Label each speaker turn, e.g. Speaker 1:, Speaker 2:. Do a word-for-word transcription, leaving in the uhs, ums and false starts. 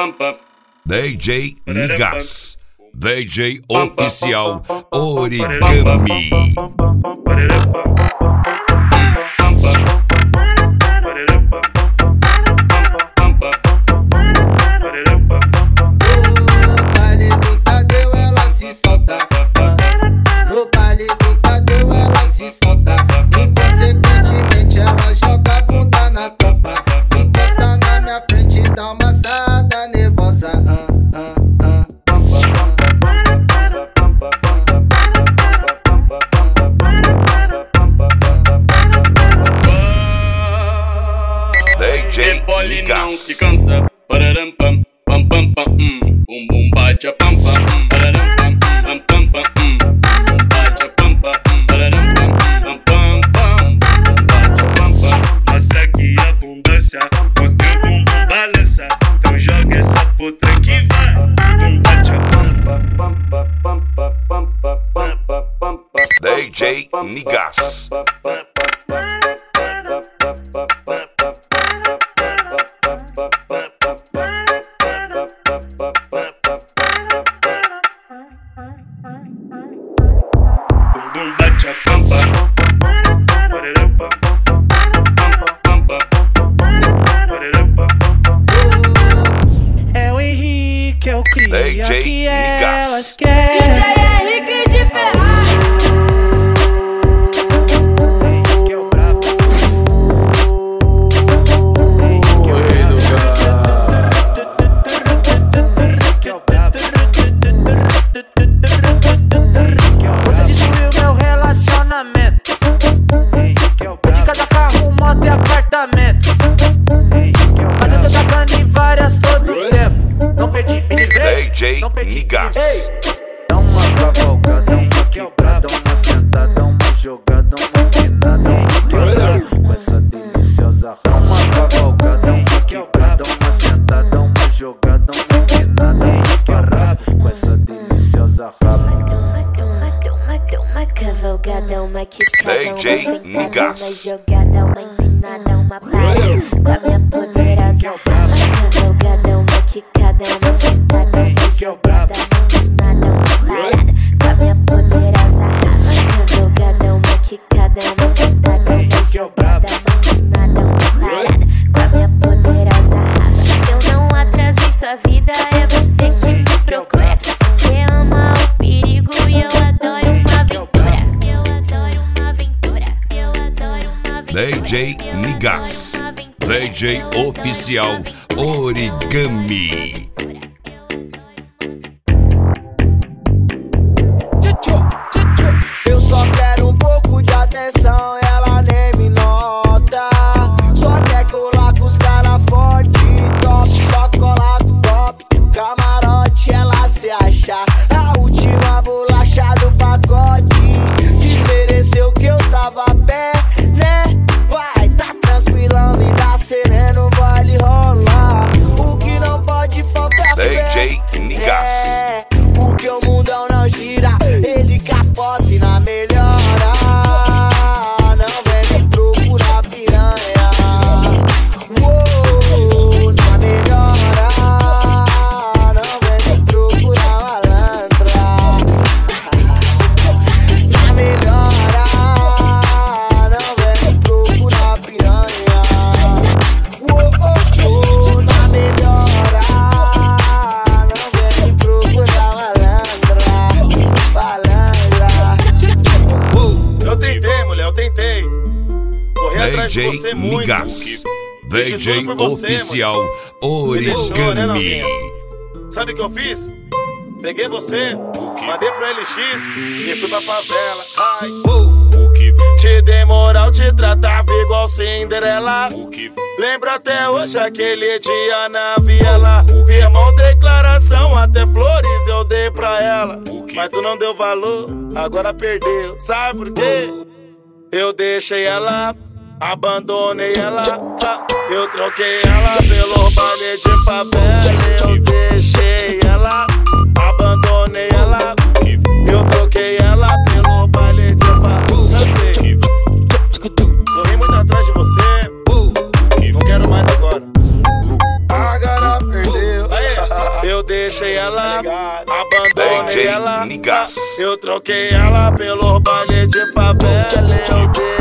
Speaker 1: D J Nigas, D J oficial Origami.
Speaker 2: Não se cansa, pararam pam pam pam pam, hum, bum bum bate a pampa, hum, pararam pam pam pam pam, hum, bum bate a pampa, hum, pararam pam pam pam pam, bum bate a pampa.
Speaker 3: Nossa aqui é abundância, quando o bumbum balança, então joga essa puta que vai, bum bate a pampa, pampa pampa pampa pampa pampa.
Speaker 1: D J Nigas.
Speaker 4: É o Henrique, é o Cria
Speaker 1: D J
Speaker 4: que
Speaker 1: Nigas.
Speaker 4: elas querem.
Speaker 5: D J Henrique de Ferraz.
Speaker 4: Henrique é o brabo. Henrique é o
Speaker 6: Rei do
Speaker 4: Henrique é o brabo. Você destruiu meu relacionamento. Henrique é o brabo. De cada carro, moto e apartamento. Henrique é o brabo. Mas eu tô tacando em várias todo tempo. Não perdi, me livrei.
Speaker 1: D J
Speaker 4: Não perdi,
Speaker 1: Nigas.
Speaker 7: Dá uma cavalgada, uma quicada, uma sentada, uma jogada, uma quinada, uma quebrada. Com essa deliciosa rama. Uma cavalgada, uma quicada, uma sentada, uma jogada, uma quinada, uma quebrada. Com essa deliciosa rama.
Speaker 8: Uma cavalgada, uma quicada,
Speaker 1: D J
Speaker 8: uma sentada, uma
Speaker 1: Nigas.
Speaker 8: jogada, uma empinada, uma parada com a minha poderosa rama. Cavalgada, uma quicada, uma sentada, uma jogada, uma empinada, uma parada com a minha poderosa rama. Cavalgada, uma quicada, uma sentada, uma jogada, uma empinada, uma parada com a minha poderosa rama. Eu não atrasei sua vida, é você que me procura. Você ama o perigo e eu adoro uma aventura. Eu adoro uma aventura. Eu adoro uma aventura.
Speaker 1: D J Nigas, D J oficial Origami.
Speaker 9: Eu só quero um pouco de atenção, ela nem me nota. Só quer colar com os cara forte, top, só colar com top. Camarote, ela se acha a última bolacha do pacote. Desmereceu que eu tava pé, né? Vai, tá tranquilão, me dá sereno, vale rolar. O que não pode faltar
Speaker 1: D J
Speaker 9: fé,
Speaker 1: Nigas.
Speaker 9: é, porque o mundão não gira, ele capota e na melhora. Não vem me procurar piranha. Uou, na melhora. Não vem me procurar malandra. Na melhora. Não vem me procurar piranha. Uou, oh, na melhora. Não vem me procurar malandra. Malandra.
Speaker 3: Eu tentei, mulher, eu tentei. Corri atrás de
Speaker 1: D
Speaker 3: você
Speaker 1: J
Speaker 3: muito.
Speaker 1: Nigas,
Speaker 3: Fiz
Speaker 1: D
Speaker 3: de
Speaker 1: J
Speaker 3: tudo por você,
Speaker 1: oficial
Speaker 3: Me deixou, né,
Speaker 1: Origami.
Speaker 3: novinha? Sabe o que eu fiz? Peguei você, mandei pro L X e fui pra favela. Ai, uh. Te dei moral, te tratava igual Cinderela. Lembro até hoje aquele dia na viela. Firmou declaração, até flores eu dei pra ela. Mas tu não deu valor, agora perdeu. Sabe por quê? Eu deixei ela, abandonei ela. Eu troquei ela pelo baile de favela. Eu deixei ela, abandonei ela. Eu troquei ela pelo baile de favela. Cansei, corri muito atrás de você. Não quero mais agora. Agora perdeu. Aí. Eu deixei ela, abandonei
Speaker 1: D J
Speaker 3: ela.
Speaker 1: Nigas.
Speaker 3: Eu troquei ela pelo baile de favela. Eu